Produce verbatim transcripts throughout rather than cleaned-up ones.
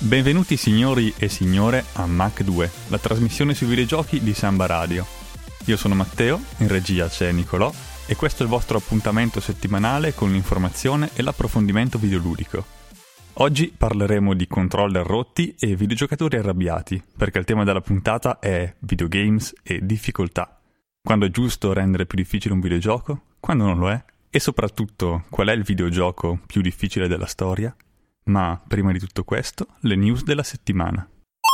Benvenuti signori e signore a Mac due, la trasmissione sui videogiochi di Samba Radio. Io sono Matteo, in regia c'è Nicolò, e questo è il vostro appuntamento settimanale con l'informazione e l'approfondimento videoludico. Oggi parleremo di controller rotti e videogiocatori arrabbiati, perché il tema della puntata è videogames e difficoltà. Quando è giusto rendere più difficile un videogioco? Quando non lo è? E soprattutto, qual è il videogioco più difficile della storia? Ma, prima di tutto questo, le news della settimana.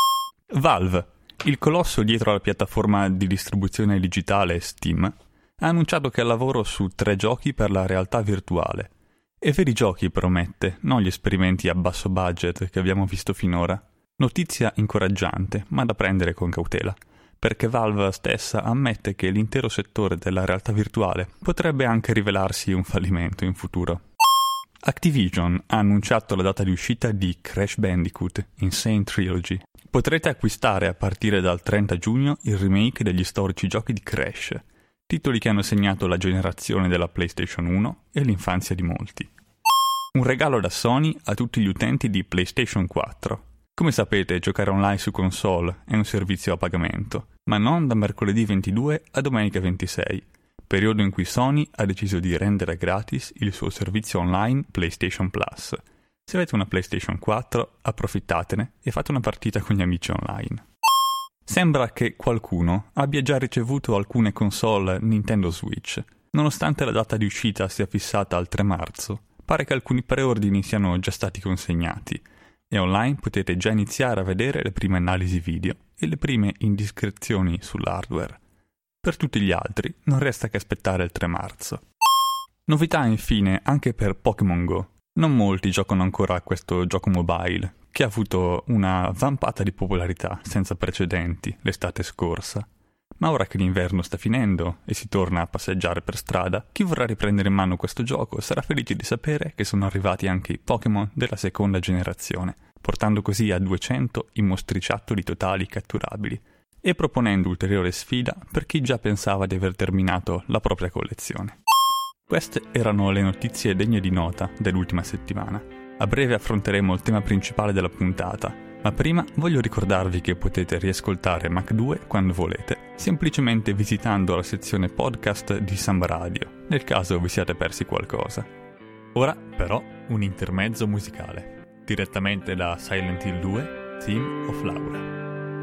Valve, il colosso dietro alla piattaforma di distribuzione digitale Steam, ha annunciato che è al lavoro su tre giochi per la realtà virtuale. E veri giochi promette, non gli esperimenti a basso budget che abbiamo visto finora. Notizia incoraggiante, ma da prendere con cautela, perché Valve stessa ammette che l'intero settore della realtà virtuale potrebbe anche rivelarsi un fallimento in futuro. Activision ha annunciato la data di uscita di Crash Bandicoot Insane Trilogy. Potrete acquistare a partire dal trenta giugno il remake degli storici giochi di Crash, titoli che hanno segnato la generazione della PlayStation uno e l'infanzia di molti. Un regalo da Sony a tutti gli utenti di PlayStation quattro. Come sapete, giocare online su console è un servizio a pagamento, ma non da mercoledì ventidue a domenica ventisei. Periodo in cui Sony ha deciso di rendere gratis il suo servizio online PlayStation Plus. Se avete una PlayStation quattro, approfittatene e fate una partita con gli amici online. Sembra che qualcuno abbia già ricevuto alcune console Nintendo Switch. Nonostante la data di uscita sia fissata al tre marzo, pare che alcuni preordini siano già stati consegnati e online potete già iniziare a vedere le prime analisi video e le prime indiscrezioni sull'hardware. Per tutti gli altri non resta che aspettare il tre marzo. Novità infine anche per Pokémon Go. Non molti giocano ancora a questo gioco mobile, che ha avuto una vampata di popolarità senza precedenti l'estate scorsa. Ma ora che l'inverno sta finendo e si torna a passeggiare per strada, chi vorrà riprendere in mano questo gioco sarà felice di sapere che sono arrivati anche i Pokémon della seconda generazione, portando così a duecento i mostriciattoli totali catturabili, e proponendo ulteriore sfida per chi già pensava di aver terminato la propria collezione. Queste erano le notizie degne di nota dell'ultima settimana. A breve affronteremo il tema principale della puntata, ma prima voglio ricordarvi che potete riascoltare Mac due quando volete, semplicemente visitando la sezione podcast di Samba Radio, nel caso vi siate persi qualcosa. Ora, però, un intermezzo musicale, direttamente da Silent Hill due, Theme of Laura.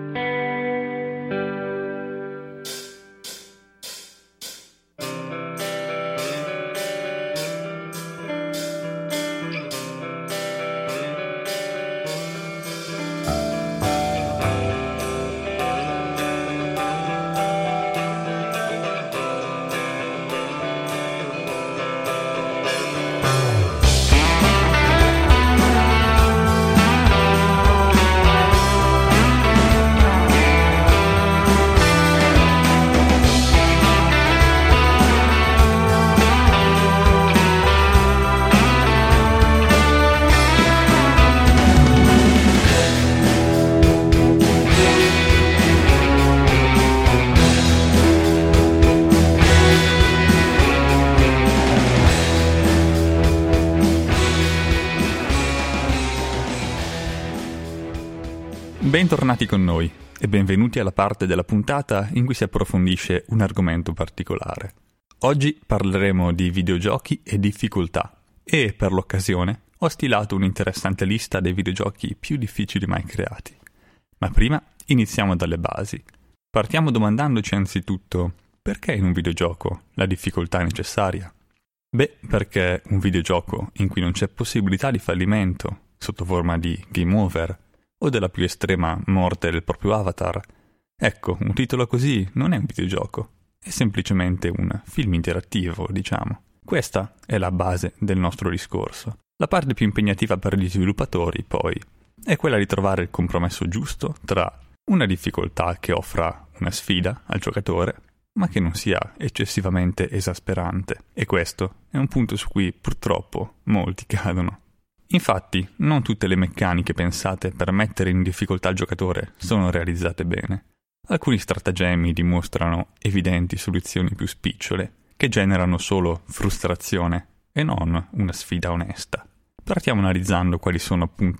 Bentornati con noi e benvenuti alla parte della puntata in cui si approfondisce un argomento particolare. Oggi parleremo di videogiochi e difficoltà e, per l'occasione, ho stilato un'interessante lista dei videogiochi più difficili mai creati. Ma prima iniziamo dalle basi. Partiamo domandandoci anzitutto perché in un videogioco la difficoltà è necessaria? Beh, perché un videogioco in cui non c'è possibilità di fallimento sotto forma di game over o della più estrema morte del proprio avatar. Ecco, un titolo così non è un videogioco, è semplicemente un film interattivo, diciamo. Questa è la base del nostro discorso. La parte più impegnativa per gli sviluppatori, poi, è quella di trovare il compromesso giusto tra una difficoltà che offra una sfida al giocatore, ma che non sia eccessivamente esasperante. E questo è un punto su cui purtroppo molti cadono. Infatti, non tutte le meccaniche pensate per mettere in difficoltà il giocatore sono realizzate bene. Alcuni stratagemmi dimostrano evidenti soluzioni più spicciole, che generano solo frustrazione e non una sfida onesta. Partiamo analizzando quali sono appunto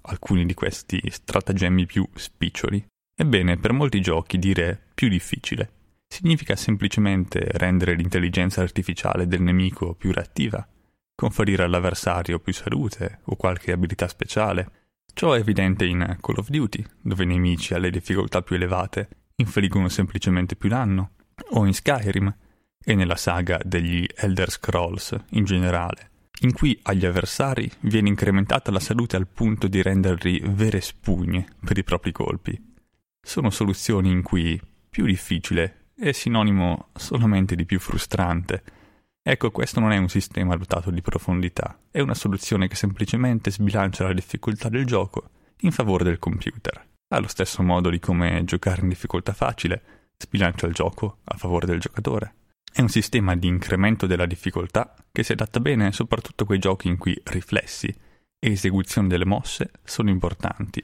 alcuni di questi stratagemmi più spiccioli? Ebbene, per molti giochi dire più difficile significa semplicemente rendere l'intelligenza artificiale del nemico più reattiva, conferire all'avversario più salute o qualche abilità speciale. Ciò è evidente in Call of Duty, dove i nemici alle difficoltà più elevate infliggono semplicemente più danno, o in Skyrim, e nella saga degli Elder Scrolls in generale, in cui agli avversari viene incrementata la salute al punto di renderli vere spugne per i propri colpi. Sono soluzioni in cui più difficile è sinonimo solamente di più frustrante. Ecco, questo non è un sistema dotato di profondità, è una soluzione che semplicemente sbilancia la difficoltà del gioco in favore del computer. Allo stesso modo di come giocare in difficoltà facile sbilancia il gioco a favore del giocatore. È un sistema di incremento della difficoltà che si adatta bene soprattutto a quei giochi in cui riflessi e esecuzione delle mosse sono importanti.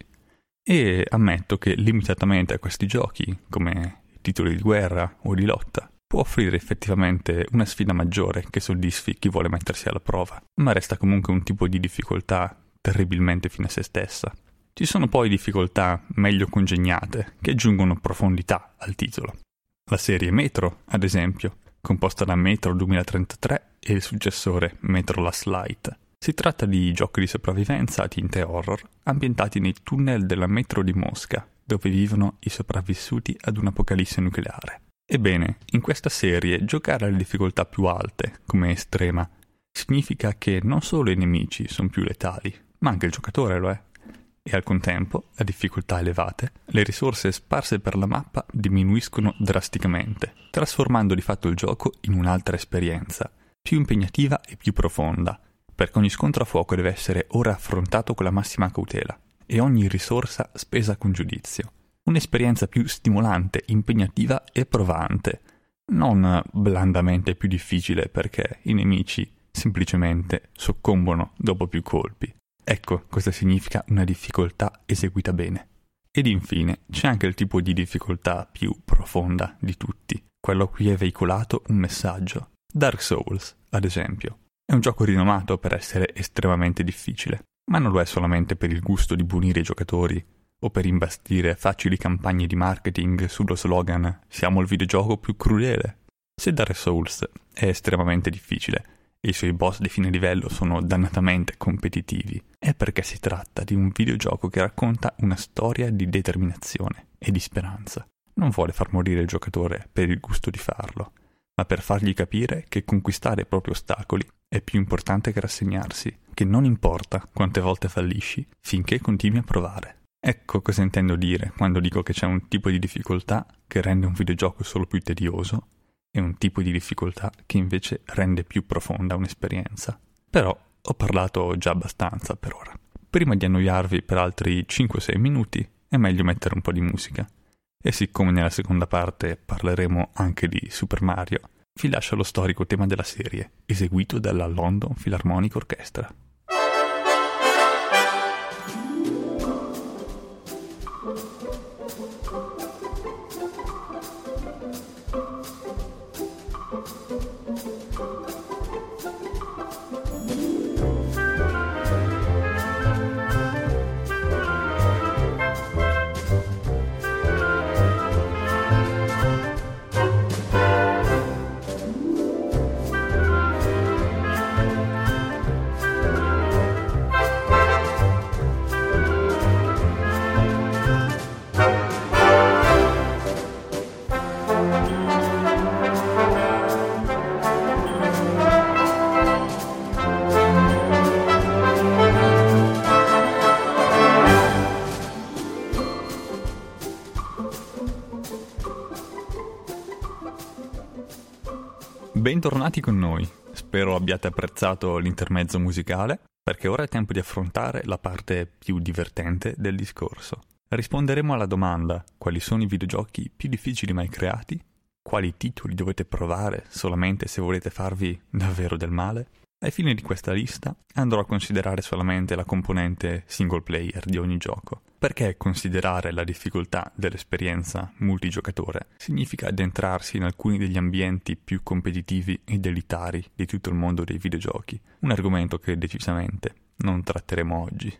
E ammetto che limitatamente a questi giochi, come i titoli di guerra o di lotta, può offrire effettivamente una sfida maggiore che soddisfi chi vuole mettersi alla prova, ma resta comunque un tipo di difficoltà terribilmente fine a se stessa. Ci sono poi difficoltà meglio congegnate che aggiungono profondità al titolo. La serie Metro, ad esempio, composta da Metro duemilatrentatré e il successore Metro Last Light. Si tratta di giochi di sopravvivenza a tinte horror ambientati nei tunnel della metro di Mosca, dove vivono i sopravvissuti ad un'apocalisse nucleare. Ebbene, in questa serie giocare alle difficoltà più alte, come estrema, significa che non solo i nemici sono più letali, ma anche il giocatore lo è. E al contempo, a difficoltà elevate, le risorse sparse per la mappa diminuiscono drasticamente, trasformando di fatto il gioco in un'altra esperienza, più impegnativa e più profonda, perché ogni scontro a fuoco deve essere ora affrontato con la massima cautela e ogni risorsa spesa con giudizio. Un'esperienza più stimolante, impegnativa e provante, non blandamente più difficile perché i nemici semplicemente soccombono dopo più colpi. Ecco cosa significa una difficoltà eseguita bene. Ed infine c'è anche il tipo di difficoltà più profonda di tutti, quello a cui è veicolato un messaggio. Dark Souls, ad esempio. È un gioco rinomato per essere estremamente difficile, ma non lo è solamente per il gusto di punire i giocatori o per imbastire facili campagne di marketing sullo slogan «Siamo il videogioco più crudele». Se Dark Souls è estremamente difficile e i suoi boss di fine livello sono dannatamente competitivi, è perché si tratta di un videogioco che racconta una storia di determinazione e di speranza. Non vuole far morire il giocatore per il gusto di farlo, ma per fargli capire che conquistare i propri ostacoli è più importante che rassegnarsi, che non importa quante volte fallisci, finché continui a provare. Ecco cosa intendo dire quando dico che c'è un tipo di difficoltà che rende un videogioco solo più tedioso e un tipo di difficoltà che invece rende più profonda un'esperienza. Però ho parlato già abbastanza per ora. Prima di annoiarvi per altri cinque sei minuti è meglio mettere un po' di musica. E siccome nella seconda parte parleremo anche di Super Mario, vi lascio lo storico tema della serie, eseguito dalla London Philharmonic Orchestra. Bentornati con noi, spero abbiate apprezzato l'intermezzo musicale, perché ora è tempo di affrontare la parte più divertente del discorso. Risponderemo alla domanda: quali sono i videogiochi più difficili mai creati? Quali titoli dovete provare solamente se volete farvi davvero del male? Ai fini di questa lista andrò a considerare solamente la componente single player di ogni gioco, perché considerare la difficoltà dell'esperienza multigiocatore significa addentrarsi in alcuni degli ambienti più competitivi ed elitari di tutto il mondo dei videogiochi, un argomento che decisamente non tratteremo oggi.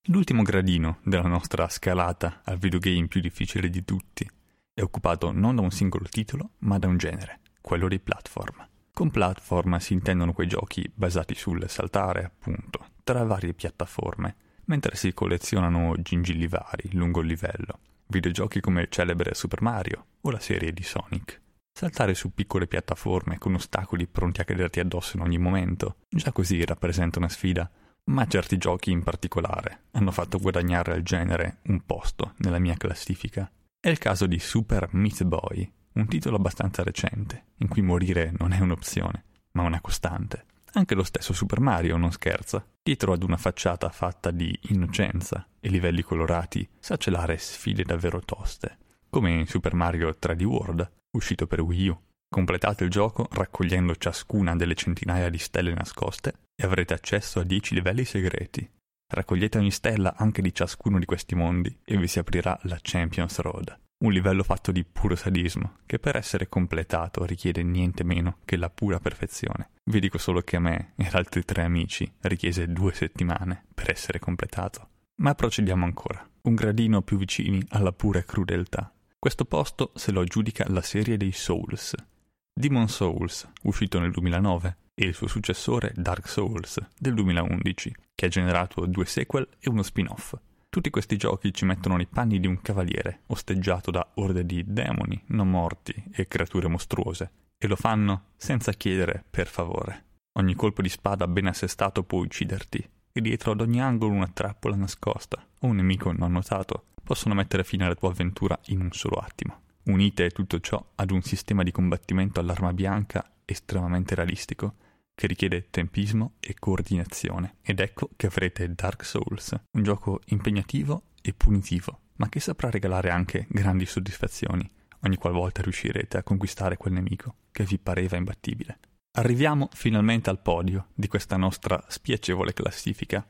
L'ultimo gradino della nostra scalata al videogame più difficile di tutti è occupato non da un singolo titolo, ma da un genere, quello dei platform. Con platform si intendono quei giochi basati sul saltare, appunto, tra varie piattaforme, mentre si collezionano gingilli vari lungo il livello, videogiochi come il celebre Super Mario o la serie di Sonic. Saltare su piccole piattaforme con ostacoli pronti a caderti addosso in ogni momento, già così rappresenta una sfida, ma certi giochi in particolare hanno fatto guadagnare al genere un posto nella mia classifica. È il caso di Super Meat Boy, un titolo abbastanza recente, in cui morire non è un'opzione, ma una costante. Anche lo stesso Super Mario non scherza. Dietro ad una facciata fatta di innocenza e livelli colorati sa celare sfide davvero toste, come in Super Mario tre D World, uscito per Wii U. Completate il gioco raccogliendo ciascuna delle centinaia di stelle nascoste e avrete accesso a dieci livelli segreti. Raccogliete ogni stella anche di ciascuno di questi mondi e vi si aprirà la Champions Road, un livello fatto di puro sadismo, che per essere completato richiede niente meno che la pura perfezione. Vi dico solo che a me e ad altri tre amici richiese due settimane per essere completato. Ma procediamo ancora, un gradino più vicini alla pura crudeltà. Questo posto se lo aggiudica la serie dei Souls. Demon Souls, uscito nel duemilanove, e il suo successore Dark Souls del duemilaundici, che ha generato due sequel e uno spin-off. Tutti questi giochi ci mettono nei panni di un cavaliere, osteggiato da orde di demoni, non morti e creature mostruose, e lo fanno senza chiedere per favore. Ogni colpo di spada ben assestato può ucciderti, e dietro ad ogni angolo una trappola nascosta o un nemico non notato possono mettere fine alla tua avventura in un solo attimo. Unite tutto ciò ad un sistema di combattimento all'arma bianca estremamente realistico, che richiede tempismo e coordinazione. Ed ecco che avrete Dark Souls, un gioco impegnativo e punitivo, ma che saprà regalare anche grandi soddisfazioni ogni qualvolta riuscirete a conquistare quel nemico che vi pareva imbattibile. Arriviamo finalmente al podio di questa nostra spiacevole classifica.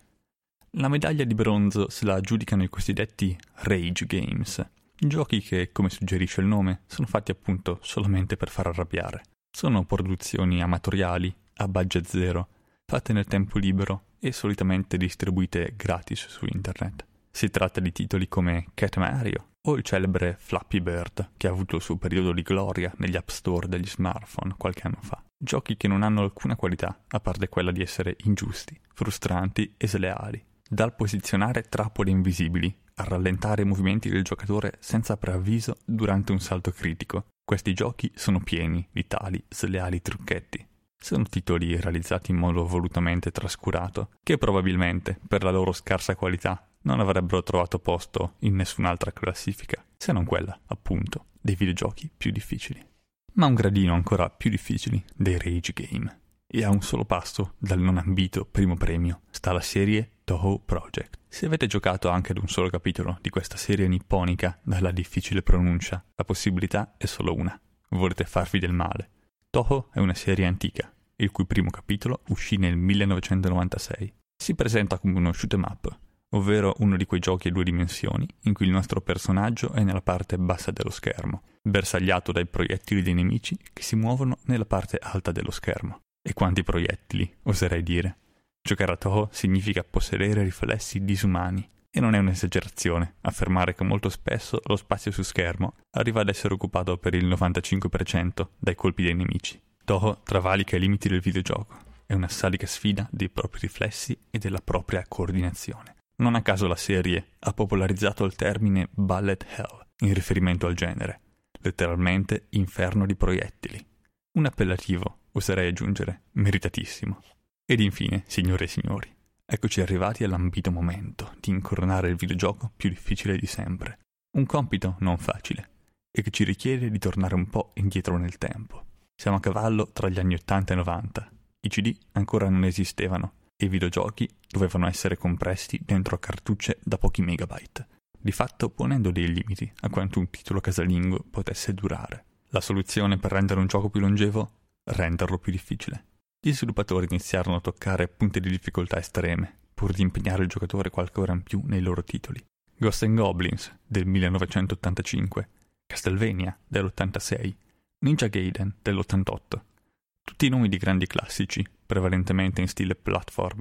La medaglia di bronzo se la aggiudicano i cosiddetti Rage Games, giochi che, come suggerisce il nome, sono fatti appunto solamente per far arrabbiare. Sono produzioni amatoriali, a budget zero, fatte nel tempo libero e solitamente distribuite gratis su internet. Si tratta di titoli come Cat Mario o il celebre Flappy Bird, che ha avuto il suo periodo di gloria negli app store degli smartphone qualche anno fa. Giochi che non hanno alcuna qualità, a parte quella di essere ingiusti, frustranti e sleali. Dal posizionare trappole invisibili a rallentare i movimenti del giocatore senza preavviso durante un salto critico. Questi giochi sono pieni di tali sleali trucchetti. Sono titoli realizzati in modo volutamente trascurato, che probabilmente, per la loro scarsa qualità, non avrebbero trovato posto in nessun'altra classifica, se non quella, appunto, dei videogiochi più difficili. Ma un gradino ancora più difficili dei Rage Game. E a un solo passo dal non ambito primo premio sta la serie Touhou Project. Se avete giocato anche ad un solo capitolo di questa serie nipponica dalla difficile pronuncia, la possibilità è solo una. Volete farvi del male. Touhou è una serie antica, il cui primo capitolo uscì nel millenovecentonovantasei. Si presenta come uno shoot 'em up, ovvero uno di quei giochi a due dimensioni in cui il nostro personaggio è nella parte bassa dello schermo, bersagliato dai proiettili dei nemici che si muovono nella parte alta dello schermo. E quanti proiettili, oserei dire. Giocare a Touhou significa possedere riflessi disumani, e non è un'esagerazione affermare che molto spesso lo spazio su schermo arriva ad essere occupato per il novantacinque per cento dai colpi dei nemici. Touhou travalica i limiti del videogioco, è una sadica sfida dei propri riflessi e della propria coordinazione. Non a caso la serie ha popolarizzato il termine Bullet Hell in riferimento al genere, letteralmente inferno di proiettili. Un appellativo, oserei aggiungere, meritatissimo. Ed infine, signore e signori, eccoci arrivati all'ambito momento di incoronare il videogioco più difficile di sempre. Un compito non facile, e che ci richiede di tornare un po' indietro nel tempo. Siamo a cavallo tra gli anni ottanta e novanta. I C D ancora non esistevano, e i videogiochi dovevano essere compressi dentro cartucce da pochi megabyte, di fatto ponendo dei limiti a quanto un titolo casalingo potesse durare. La soluzione per rendere un gioco più longevo? Renderlo più difficile. Gli sviluppatori iniziarono a toccare punte di difficoltà estreme, pur di impegnare il giocatore qualche ora in più nei loro titoli. Ghosts and Goblins del millenovecentottantacinque, Castlevania dell'ottantasei, Ninja Gaiden dell'ottantotto. Tutti i nomi di grandi classici, prevalentemente in stile platform,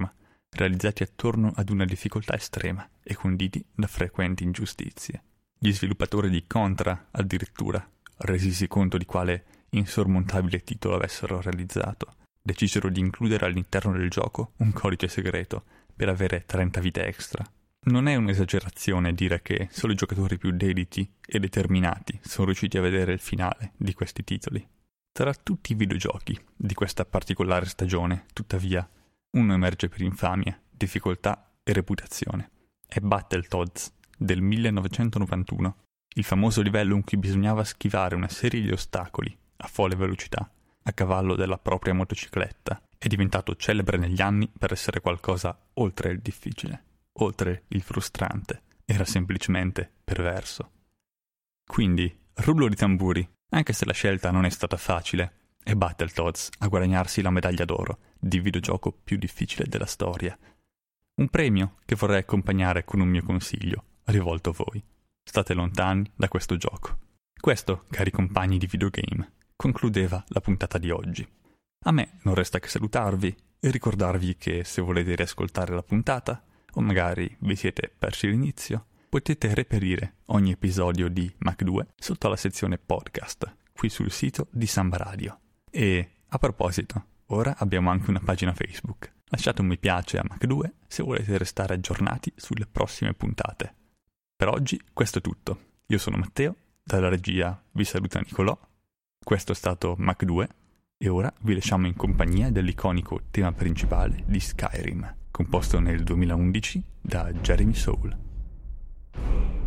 realizzati attorno ad una difficoltà estrema e conditi da frequenti ingiustizie. Gli sviluppatori di Contra, addirittura, resisi conto di quale insormontabile titolo avessero realizzato, decisero di includere all'interno del gioco un codice segreto per avere trenta vite extra. Non è un'esagerazione dire che solo i giocatori più dediti e determinati sono riusciti a vedere il finale di questi titoli. Tra tutti i videogiochi di questa particolare stagione, tuttavia, uno emerge per infamia, difficoltà e reputazione. È Battletoads del millenovecentonovantuno, il famoso livello in cui bisognava schivare una serie di ostacoli a folle velocità a cavallo della propria motocicletta. È diventato celebre negli anni per essere qualcosa oltre il difficile, oltre il frustrante. Era semplicemente perverso. Quindi, rullo di tamburi, anche se la scelta non è stata facile, è Battletoads a guadagnarsi la medaglia d'oro di videogioco più difficile della storia. Un premio che vorrei accompagnare con un mio consiglio, rivolto a voi. State lontani da questo gioco. Questo, cari compagni di videogame, concludeva la puntata di oggi. A me non resta che salutarvi e ricordarvi che se volete riascoltare la puntata, o magari vi siete persi l'inizio, potete reperire ogni episodio di Mac due sotto la sezione podcast, qui sul sito di Samba Radio. E, a proposito, ora abbiamo anche una pagina Facebook. Lasciate un mi piace a Mac due se volete restare aggiornati sulle prossime puntate. Per oggi questo è tutto. Io sono Matteo, dalla regia vi saluta Nicolò. Questo è stato Mac due e ora vi lasciamo in compagnia dell'iconico tema principale di Skyrim, composto nel duemilaundici da Jeremy Soule.